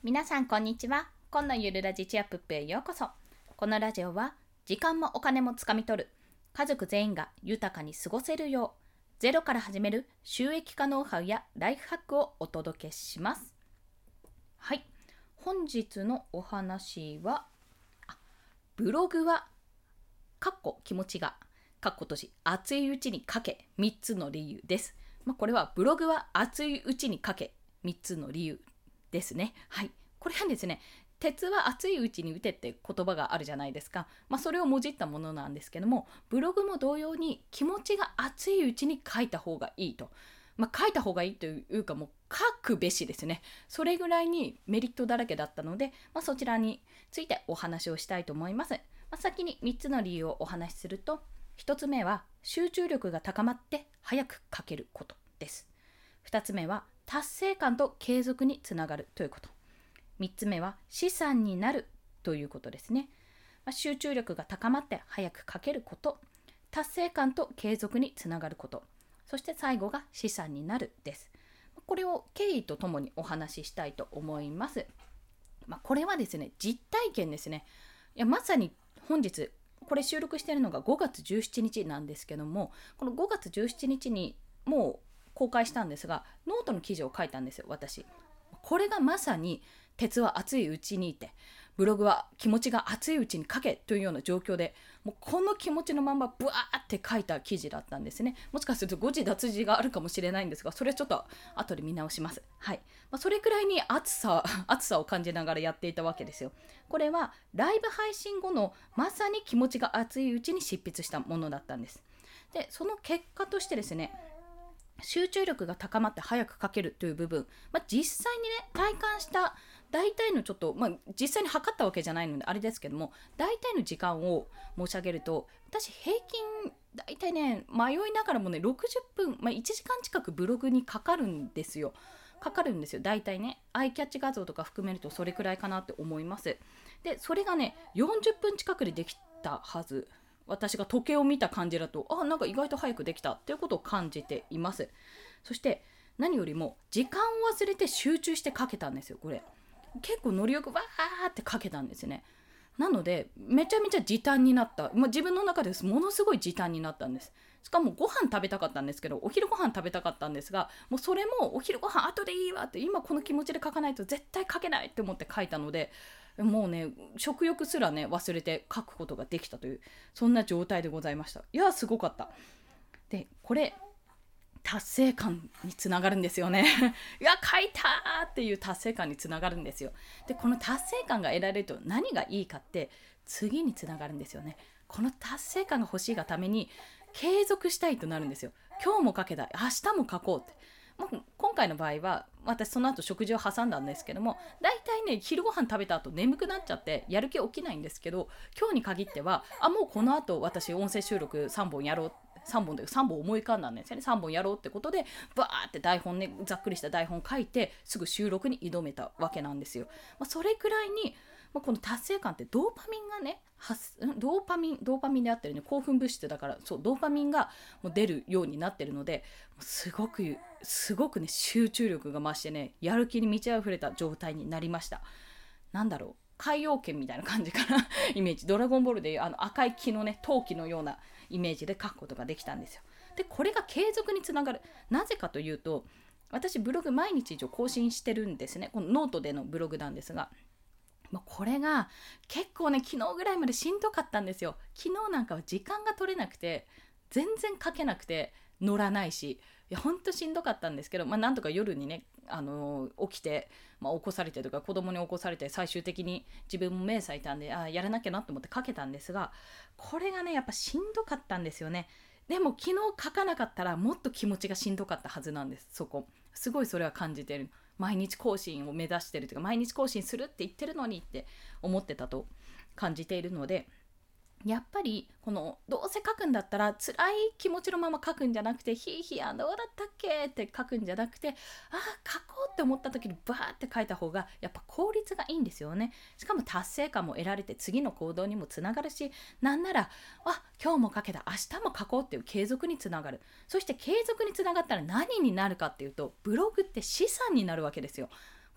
皆さんこんにちは。今のゆるラジチアップへようこそ。このラジオは時間もお金もつかみ取る、家族全員が豊かに過ごせるよう、ゼロから始める収益化ノウハウやライフハックをお届けします。はい、本日のお話はブログは気持ちが閉じ熱いうちに書け3つの理由です。これはブログは熱いうちに書け3つの理由ですね。はい、これはですね、鉄は熱いうちに打てって言葉があるじゃないですか。それをもじったものなんですけども、ブログも同様に気持ちが熱いうちに書いた方がいいと。書いた方がいいというか、もう書くべしですね。それぐらいにメリットだらけだったので、そちらについてお話をしたいと思います。先に3つの理由をお話しすると、1つ目は集中力が高まって早く書けることです。2つ目は達成感と継続につながるということ。3つ目は資産になるということですね。集中力が高まって早く書けること、達成感と継続につながること、そして最後が資産になるです。これを経緯とともにお話ししたいと思います。これはですね、実体験ですね。まさに本日これ収録しているのが5月17日なんですけども、この5月17日にもう公開したんですが、ノートの記事を書いたんですよ、私。これがまさに鉄は熱いうちにいて、ブログは気持ちが熱いうちに書けというような状況で、もうこの気持ちのままブワーって書いた記事だったんですね。もしかすると誤字脱字があるかもしれないんですが、それはちょっと後で見直します。はい。それくらいに熱さを感じながらやっていたわけですよ。これはライブ配信後のまさに気持ちが熱いうちに執筆したものだったんです。で、その結果としてですね、集中力が高まって早く書けるという部分、実際にね体感した大体のちょっと、実際に測ったわけじゃないのであれですけども、大体の時間を申し上げると、私平均大体ね迷いながらもね60分、1時間近くブログにかかるんですよ。大体ね、アイキャッチ画像とか含めるとそれくらいかなって思います。でそれがね40分近くでできたはず。私が時計を見た感じだと、なんか意外と早くできたっていうことを感じています。そして何よりも時間を忘れて集中して書けたんですよ。これ結構ノリよくわーって書けたんですね。なのでめちゃめちゃ時短になった、自分の中でものすごい時短になったんです。しかもご飯食べたかったんですけど、お昼ご飯食べたかったんですが、もうそれもお昼ご飯後でいいわって、今この気持ちで書かないと絶対書けないって思って書いたので、もうね食欲すらね忘れて書くことができたという、そんな状態でございました。いやすごかった。でこれ達成感につながるんですよねいや書いたーっていう達成感につながるんですよ。でこの達成感が得られると何がいいかって、次につながるんですよね。この達成感が欲しいがために継続したいとなるんですよ。今日も書けたい、明日も書こうって。今回の場合は私その後食事を挟んだんですけども、だいたいね昼ご飯食べた後眠くなっちゃってやる気起きないんですけど、今日に限ってはもうこの後私音声収録3本やろう、3本思い浮かんだんですよね。3本やろうってことでバーって台本ね、ざっくりした台本書いてすぐ収録に挑めたわけなんですよ。それくらいにこの達成感ってドーパミンがねドーパミンであってるね、興奮物質だから、そうドーパミンがもう出るようになってるので、すごくね集中力が増してね、やる気に満ち溢れた状態になりました。なんだろう、海洋圏みたいな感じかなイメージ、ドラゴンボールでいう赤い木のね陶器のようなイメージで書くことができたんですよ。でこれが継続につながる。なぜかというと、私ブログ毎日以上更新してるんですね。このノートでのブログなんですが、これが結構ね昨日ぐらいまでしんどかったんですよ。昨日なんかは時間が取れなくて全然書けなくて乗らないし、いやほんとしんどかったんですけど、なんとか夜にね、起きて、起こされてとか子供に起こされて、最終的に自分も目咲いたんでやらなきゃなと思って書けたんですが、これがねやっぱしんどかったんですよね。でも昨日書かなかったらもっと気持ちがしんどかったはずなんです。そこすごいそれは感じてる。毎日更新を目指してるというか、毎日更新するって言ってるのにって思ってたと感じているので、やっぱりこのどうせ書くんだったら辛い気持ちのまま書くんじゃなくて、ひいひやどうだったっけって書くんじゃなくて、書こうって思った時にバーって書いた方がやっぱ効率がいいんですよね。しかも達成感も得られて次の行動にもつながるし、なんなら今日も書けた、明日も書こうっていう継続につながる。そして継続につながったら何になるかっていうと、ブログって資産になるわけですよ。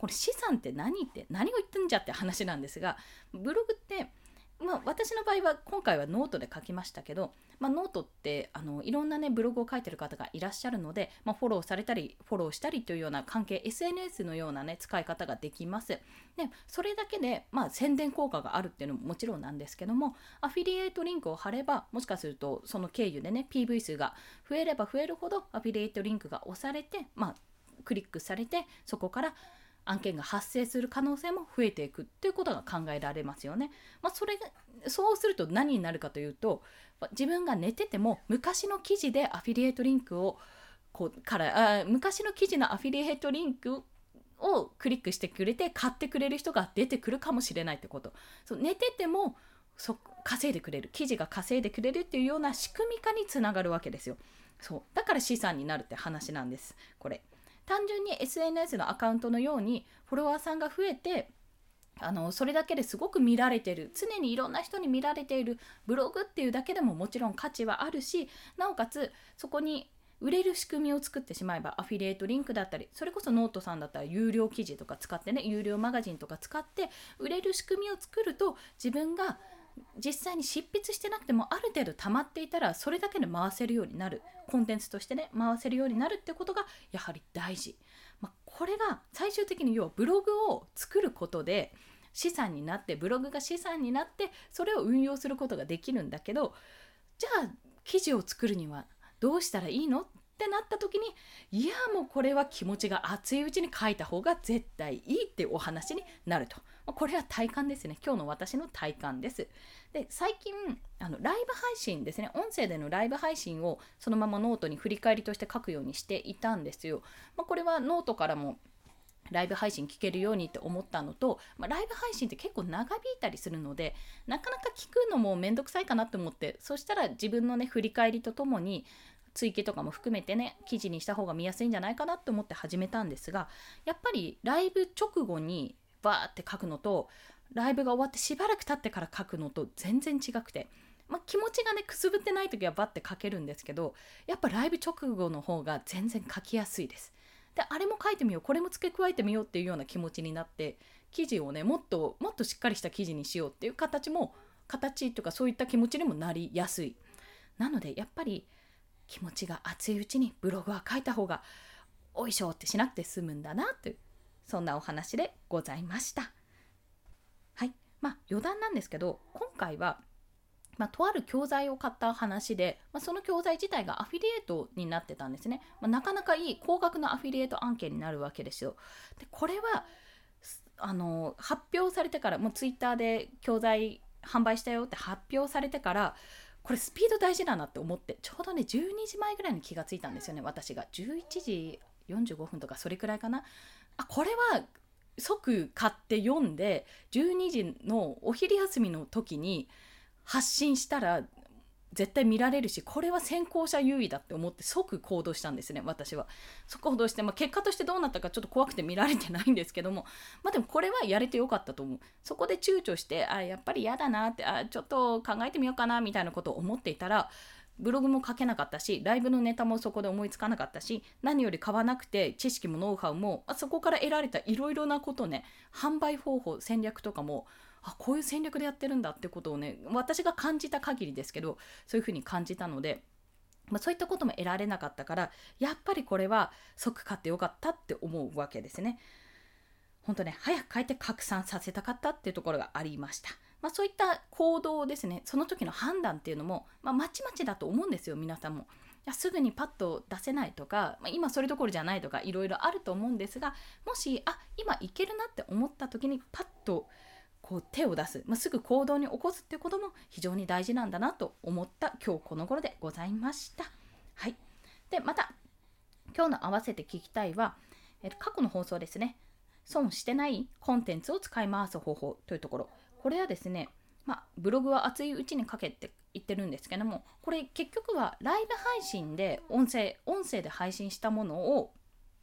これ資産って何を言ってんじゃって話なんですが、ブログって、私の場合は今回はノートで書きましたけど、ノートっていろんなねブログを書いてる方がいらっしゃるので、フォローされたりフォローしたりというような関係 SNS のようなね使い方ができます。でそれだけで、宣伝効果があるっていうのももちろんなんですけども、アフィリエイトリンクを貼ればもしかするとその経由でね PV 数が増えれば増えるほどアフィリエイトリンクが押されて、クリックされてそこから案件が発生する可能性も増えていくということが考えられますよね。そうすると何になるかというと、自分が寝てても昔の記事でアフィリエイトリンクを昔の記事のアフィリエイトリンクをクリックしてくれて買ってくれる人が出てくるかもしれないってこと。寝てても稼いでくれる、記事が稼いでくれるっていうような仕組み化につながるわけですよ。だから資産になるって話なんです。これ単純に SNS のアカウントのようにフォロワーさんが増えてそれだけですごく見られている、常にいろんな人に見られているブログっていうだけでももちろん価値はあるし、なおかつそこに売れる仕組みを作ってしまえば、アフィリエイトリンクだったり、それこそノートさんだったら有料記事とか使ってね、有料マガジンとか使って売れる仕組みを作ると、自分が実際に執筆してなくてもある程度溜まっていたらそれだけで回せるようになる、コンテンツとしてね回せるようになるってことがやはり大事。これが最終的に要はブログを作ることで資産になって、ブログが資産になってそれを運用することができるんだけど、じゃあ記事を作るにはどうしたらいいのってなった時に、もうこれは気持ちが熱いうちに書いた方が絶対いいっていうお話になると。これは体感ですね。今日の私の体感です。で最近ライブ配信ですね、音声でのライブ配信をそのままノートに振り返りとして書くようにしていたんですよ。これはノートからもライブ配信聞けるようにって思ったのと、ライブ配信って結構長引いたりするのでなかなか聞くのもめんどくさいかなと思って、そしたら自分のね振り返りとともに追記とかも含めてね記事にした方が見やすいんじゃないかなと思って始めたんですが、やっぱりライブ直後にバーって書くのとライブが終わってしばらく経ってから書くのと全然違くて、気持ちがねくすぶってない時はバッて書けるんですけど、やっぱライブ直後の方が全然書きやすいです。であれも書いてみよう、これも付け加えてみようっていうような気持ちになって、記事をねもっとしっかりした記事にしようっていう形とかそういった気持ちにもなりやすい。なのでやっぱり気持ちが熱いうちにブログは書いた方がおいしょってしなくて済むんだなという、そんなお話でございました。はい、余談なんですけど、今回はとある教材を買った話で、その教材自体がアフィリエイトになってたんですね。なかなかいい高額なアフィリエイト案件になるわけですよ。でこれは発表されてから、もうツイッターで教材販売したよって発表されてから、これスピード大事だなって思って、ちょうどね12時前ぐらいに気がついたんですよね。私が11時45分とかそれくらいかな。これは即買って読んで12時のお昼休みの時に発信したら絶対見られるし、これは先行者優位だって思って即行動したんですね。私は即行動して、結果としてどうなったかちょっと怖くて見られてないんですけども、でもこれはやれてよかったと思う。そこで躊躇してやっぱり嫌だなって、ちょっと考えてみようかなみたいなことを思っていたら、ブログも書けなかったし、ライブのネタもそこで思いつかなかったし、何より買わなくて知識もノウハウもそこから得られたいろいろなことね、販売方法戦略とかもこういう戦略でやってるんだってことをね、私が感じた限りですけどそういうふうに感じたので、そういったことも得られなかったから、やっぱりこれは即買ってよかったって思うわけですね。本当ね、早く書いて拡散させたかったっていうところがありました。そういった行動ですね、その時の判断っていうのも、まちまちだと思うんですよ。皆さんもすぐにパッと出せないとか、今それどころじゃないとかいろいろあると思うんですが、もし今いけるなって思った時にパッと手を出す、すぐ行動に起こすっていうことも非常に大事なんだなと思った今日この頃でございました。はい。でまた今日の合わせて聞きたいは、過去の放送ですね。損してないコンテンツを使い回す方法というところ、これはですね、ブログは熱いうちに書けって言ってるんですけども、これ結局はライブ配信で音声で配信したものを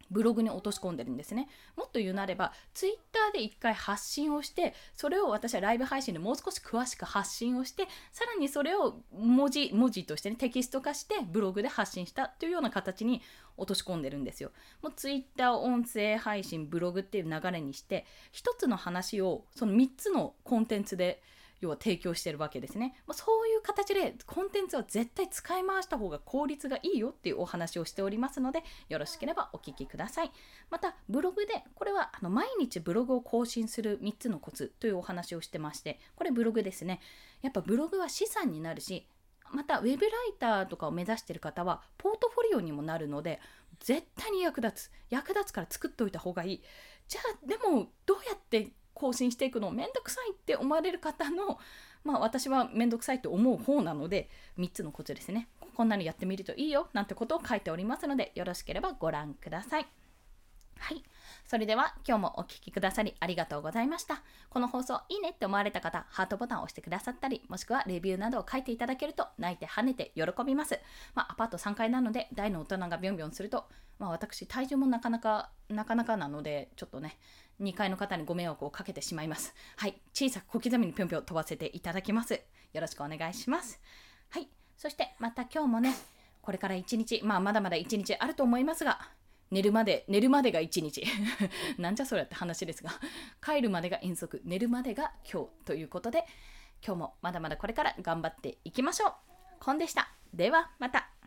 ブログに落とし込んでるんですね。もっと言うなればツイッターで一回発信をして、それを私はライブ配信でもう少し詳しく発信をして、さらにそれを文字としてね、テキスト化してブログで発信したというような形に落とし込んでるんですよ。もうツイッター、音声配信、ブログっていう流れにして、一つの話をその3つのコンテンツで要は提供してるわけですね。そういう形でコンテンツは絶対使い回した方が効率がいいよっていうお話をしておりますので、よろしければお聞きください。またブログで、これは毎日ブログを更新する3つのコツというお話をしてまして、これブログですね。やっぱブログは資産になるし、またウェブライターとかを目指している方はポートフォリオにもなるので、絶対に役立つから作っておいた方がいい。じゃあでもどうやって更新していくのめんどくさいって思われる方の、私はめんどくさいと思う方なので、3つのコツですね。こんなにやってみるといいよなんてことを書いておりますので、よろしければご覧ください。はい。それでは今日もお聞きくださりありがとうございました。この放送いいねって思われた方、ハートボタンを押してくださったり、もしくはレビューなどを書いていただけると泣いて跳ねて喜びます。アパート3階なので大の大人がビョンビョンすると、私体重もなかなかなので、ちょっとね、2階の方にご迷惑をかけてしまいます。はい。小さく小刻みにぴょんぴょん飛ばせていただきます。よろしくお願いします。はい。そしてまた今日もね、これから1日、まだまだ1日あると思いますが、寝るまでが1日なんじゃそりゃって話ですが、帰るまでが遠足、寝るまでが今日ということで、今日もまだまだこれから頑張っていきましょう。コンでした。ではまた。